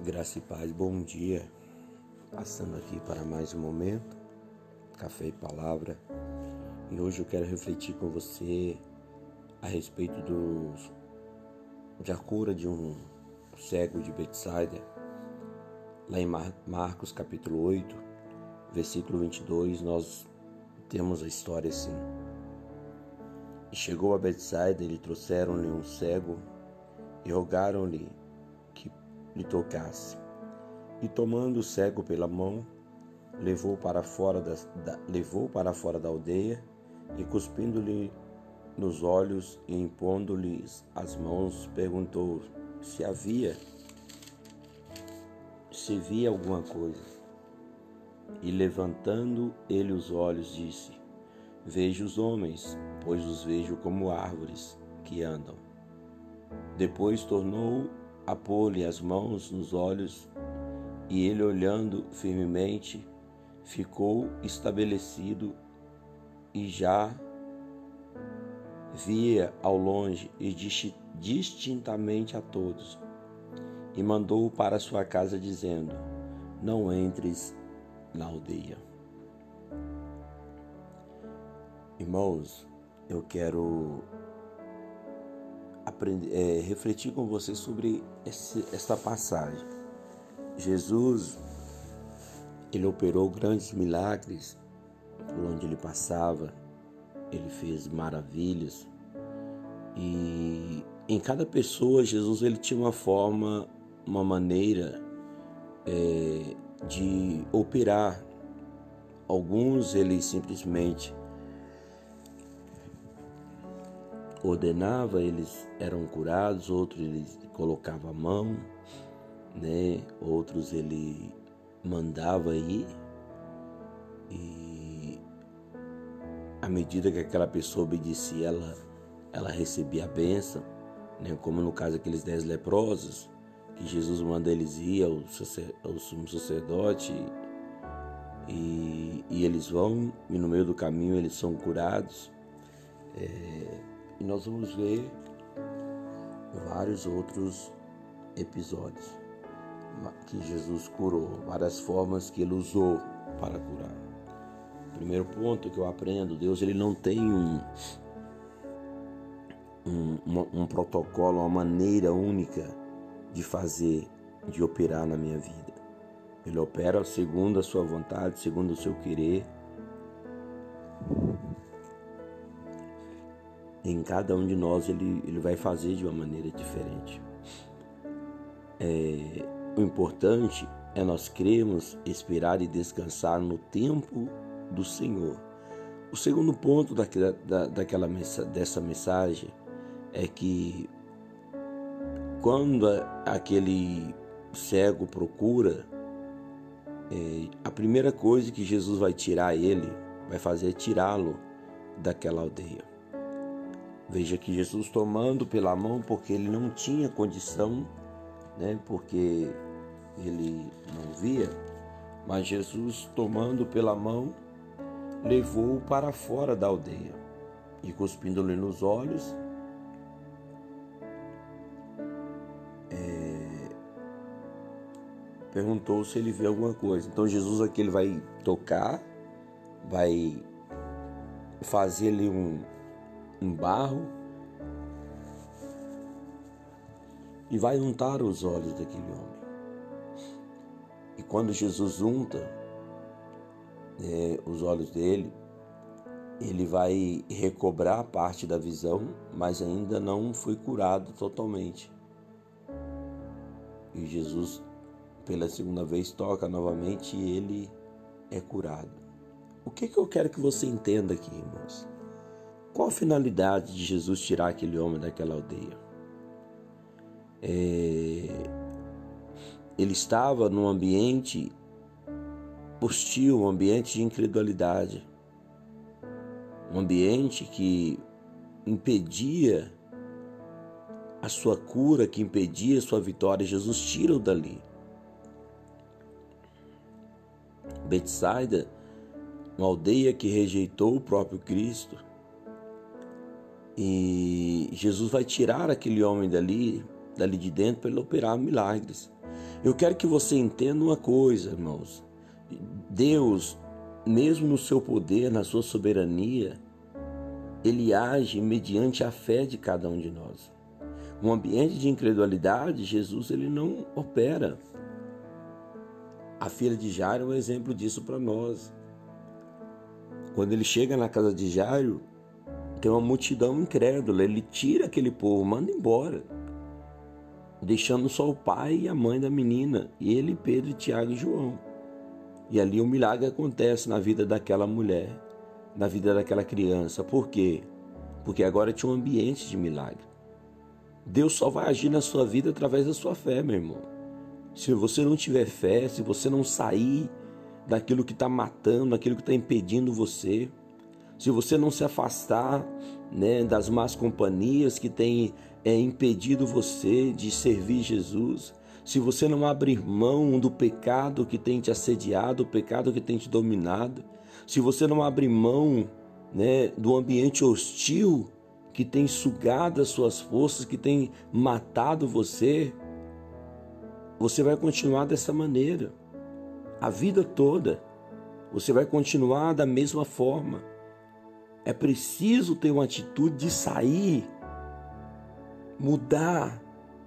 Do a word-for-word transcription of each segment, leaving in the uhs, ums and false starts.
Graça e paz, bom dia. Passando aqui para mais um momento, café e palavra. E hoje eu quero refletir com você a respeito dos, da cura de um cego de Betsaida. Lá em Mar, Marcos capítulo oito, versículo vinte e dois, nós temos a história assim. E chegou a Betsaida, e lhe trouxeram-lhe um cego e rogaram-lhe que lhe tocasse. E tomando o cego pela mão, levou para fora da, da, levou para fora da aldeia, e cuspindo-lhe nos olhos e impondo-lhes as mãos, perguntou se havia, se via alguma coisa. E levantando ele os olhos, disse: Vejo os homens, pois os vejo como árvores que andam. Depois tornou a pôr-lhe as mãos nos olhos, e ele, olhando firmemente, ficou estabelecido e já via ao longe e distintamente a todos. E mandou-o para sua casa, dizendo: Não entres na aldeia. Irmãos, eu quero aprender, é, refletir com você sobre esse, essa passagem. Jesus, ele operou grandes milagres por onde ele passava, ele fez maravilhas, e em cada pessoa Jesus ele tinha uma forma, uma maneira é, de operar. Alguns ele simplesmente ordenava, eles eram curados, outros ele colocava a mão, né? Outros ele mandava ir, e à medida que aquela pessoa obedecia, ela, ela recebia a bênção, né? Como no caso daqueles dez leprosos, que Jesus manda eles ir ao, ao sumo sacerdote, e, e eles vão, e no meio do caminho eles são curados. É, e nós vamos ver vários outros episódios que Jesus curou, várias formas que ele usou para curar. Primeiro ponto que eu aprendo: Deus ele não tem um, um, um, um protocolo, uma maneira única de fazer, de operar na minha vida. Ele opera segundo a sua vontade, segundo o seu querer. Em cada um de nós ele, ele vai fazer de uma maneira diferente. É, o importante é nós crermos, esperar e descansar no tempo do Senhor. O segundo ponto daquela, da, daquela, dessa mensagem é que quando aquele cego procura, é, a primeira coisa que Jesus vai tirar ele, vai fazer é tirá-lo daquela aldeia. Veja que Jesus tomando pela mão, porque ele não tinha condição, né, porque ele não via, mas Jesus tomando pela mão, levou-o para fora da aldeia e cuspindo-lhe nos olhos, é, perguntou se ele vê alguma coisa. Então Jesus aqui ele vai tocar, vai fazer-lhe um um barro e vai untar os olhos daquele homem. E quando Jesus unta é, os olhos dele, ele vai recobrar parte da visão, mas ainda não foi curado totalmente. E Jesus, pela segunda vez, toca novamente e ele é curado. O que, que eu quero que você entenda aqui, irmãos? Qual a finalidade de Jesus tirar aquele homem daquela aldeia? É... Ele estava num ambiente hostil, um ambiente de incredulidade, um ambiente que impedia a sua cura, que impedia a sua vitória. Jesus tira-o dali. Betsaida, uma aldeia que rejeitou o próprio Cristo. E Jesus vai tirar aquele homem dali, dali de dentro, para ele operar milagres. Eu quero que você entenda uma coisa, irmãos. Deus, mesmo no seu poder, na sua soberania, Ele age mediante a fé de cada um de nós. Um ambiente de incredulidade, Jesus ele não opera. A filha de Jairo é um exemplo disso para nós. Quando ele chega na casa de Jairo, tem uma multidão incrédula. Ele tira aquele povo, manda embora, deixando só o pai e a mãe da menina, e ele, Pedro, Tiago e João. E ali um milagre acontece na vida daquela mulher, na vida daquela criança. Por quê? Porque agora tinha um ambiente de milagre. Deus só vai agir na sua vida através da sua fé, meu irmão. Se você não tiver fé, se você não sair daquilo que está matando, daquilo que está impedindo você, se você não se afastar, né, das más companhias que têm é, impedido você de servir Jesus, se você não abrir mão do pecado que tem te assediado, o pecado que tem te dominado, se você não abrir mão, né, do ambiente hostil que tem sugado as suas forças, que tem matado você, você vai continuar dessa maneira. A vida toda, você vai continuar da mesma forma. É preciso ter uma atitude de sair, mudar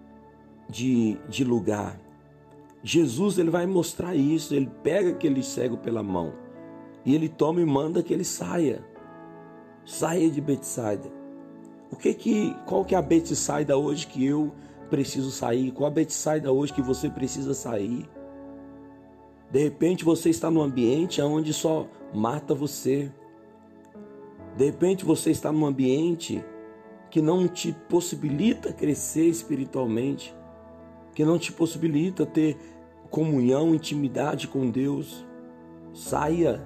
de, de lugar. Jesus ele vai mostrar isso. Ele pega aquele cego pela mão e ele toma e manda que ele saia. Saia de Betsaida. O que que, qual que é a Betsaida hoje que eu preciso sair? Qual a Betsaida hoje que você precisa sair? De repente você está num ambiente onde só mata você. De repente você está num ambiente que não te possibilita crescer espiritualmente, que não te possibilita ter comunhão, intimidade com Deus. Saia,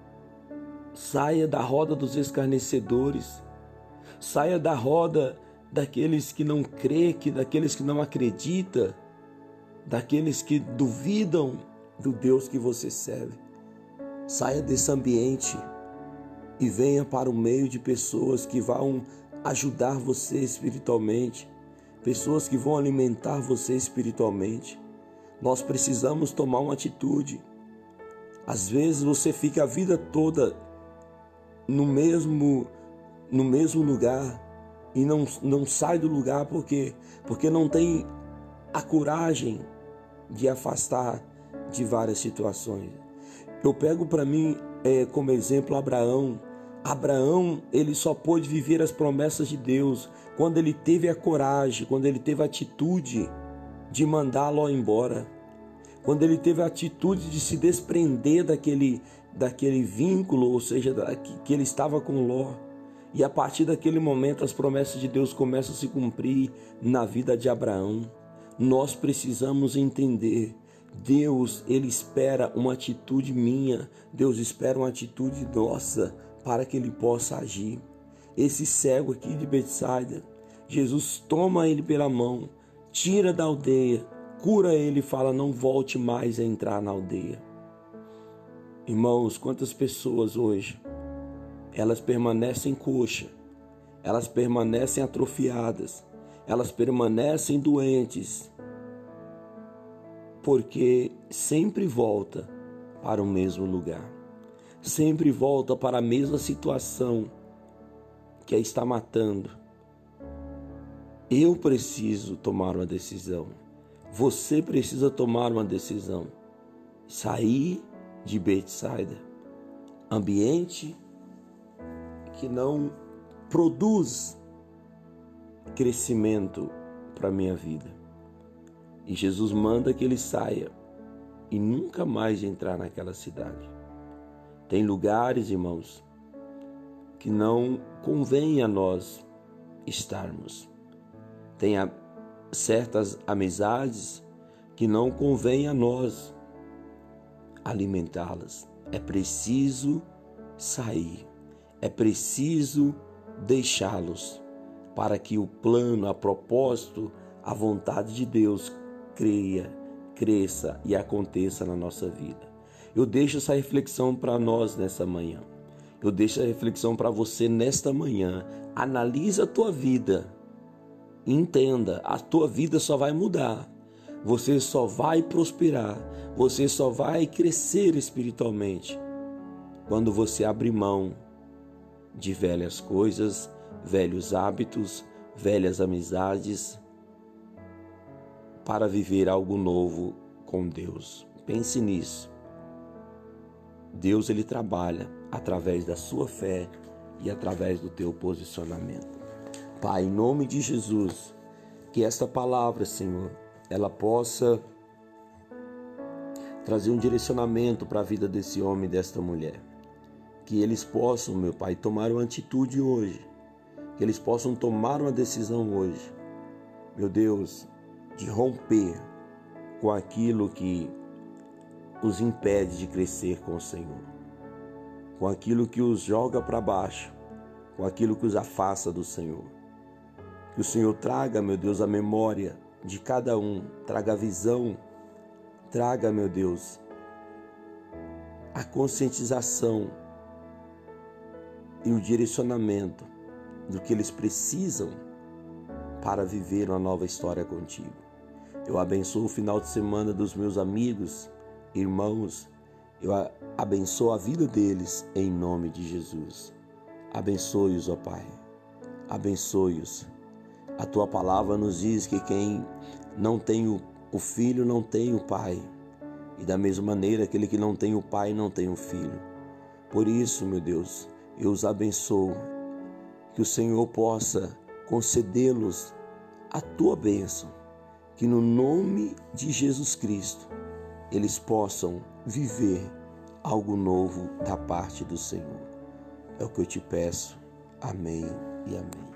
saia da roda dos escarnecedores, saia da roda daqueles que não crê, que daqueles que não acreditam, daqueles que duvidam do Deus que você serve. Saia desse ambiente e venha para o meio de pessoas que vão ajudar você espiritualmente, pessoas que vão alimentar você espiritualmente. Nós precisamos tomar uma atitude. Às vezes você fica a vida toda no mesmo, no mesmo lugar e não, não sai do lugar porque, porque não tem a coragem de afastar de várias situações. Eu pego para mim é, como exemplo Abraão. Abraão, ele só pôde viver as promessas de Deus quando ele teve a coragem, quando ele teve a atitude de mandar Ló embora, quando ele teve a atitude de se desprender daquele, daquele vínculo, ou seja, da, que, que ele estava com Ló. E a partir daquele momento as promessas de Deus começam a se cumprir na vida de Abraão. Nós precisamos entender, Deus, ele espera uma atitude minha, Deus espera uma atitude nossa para que ele possa agir. Esse cego aqui de Betsaida, Jesus toma ele pela mão, tira da aldeia, cura ele e fala, não volte mais a entrar na aldeia. Irmãos, quantas pessoas hoje, elas permanecem coxas, elas permanecem atrofiadas, elas permanecem doentes, porque sempre volta para o mesmo lugar, sempre volta para a mesma situação que a está matando. Eu preciso tomar uma decisão, você precisa tomar uma decisão, sair de Betsaida, ambiente que não produz crescimento para a minha vida. E Jesus manda que ele saia e nunca mais entrar naquela cidade. Tem lugares, irmãos, que não convém a nós estarmos. Tem a, certas amizades que não convém a nós alimentá-las. É preciso sair, é preciso deixá-los para que o plano, a propósito, a vontade de Deus creia, cresça e aconteça na nossa vida. Eu deixo essa reflexão para nós nessa manhã. Eu deixo a reflexão para você nesta manhã. Analisa a tua vida. Entenda, a tua vida só vai mudar Você só vai prosperar, você só vai crescer espiritualmente quando você abrir mão de velhas coisas, velhos hábitos, velhas amizades, para viver algo novo com Deus. Pense nisso. Deus, ele trabalha através da sua fé e através do teu posicionamento. Pai, em nome de Jesus, que esta palavra, Senhor, ela possa trazer um direcionamento para a vida desse homem e desta mulher. Que eles possam, meu Pai, tomar uma atitude hoje. Que eles possam tomar uma decisão hoje, meu Deus, de romper com aquilo que os impede de crescer com o Senhor, com aquilo que os joga para baixo, com aquilo que os afasta do Senhor. Que o Senhor traga, meu Deus, a memória de cada um, traga a visão, traga, meu Deus, a conscientização e o direcionamento do que eles precisam para viver uma nova história contigo. Eu abençoo o final de semana dos meus amigos, irmãos, eu abençoo a vida deles em nome de Jesus. Abençoe-os, ó Pai, abençoe-os. A Tua palavra nos diz que quem não tem o filho não tem o Pai, e da mesma maneira aquele que não tem o Pai não tem o Filho. Por isso, meu Deus, eu os abençoo, que o Senhor possa concedê-los a Tua bênção, que no nome de Jesus Cristo eles possam viver algo novo da parte do Senhor. É o que eu te peço. Amém e amém.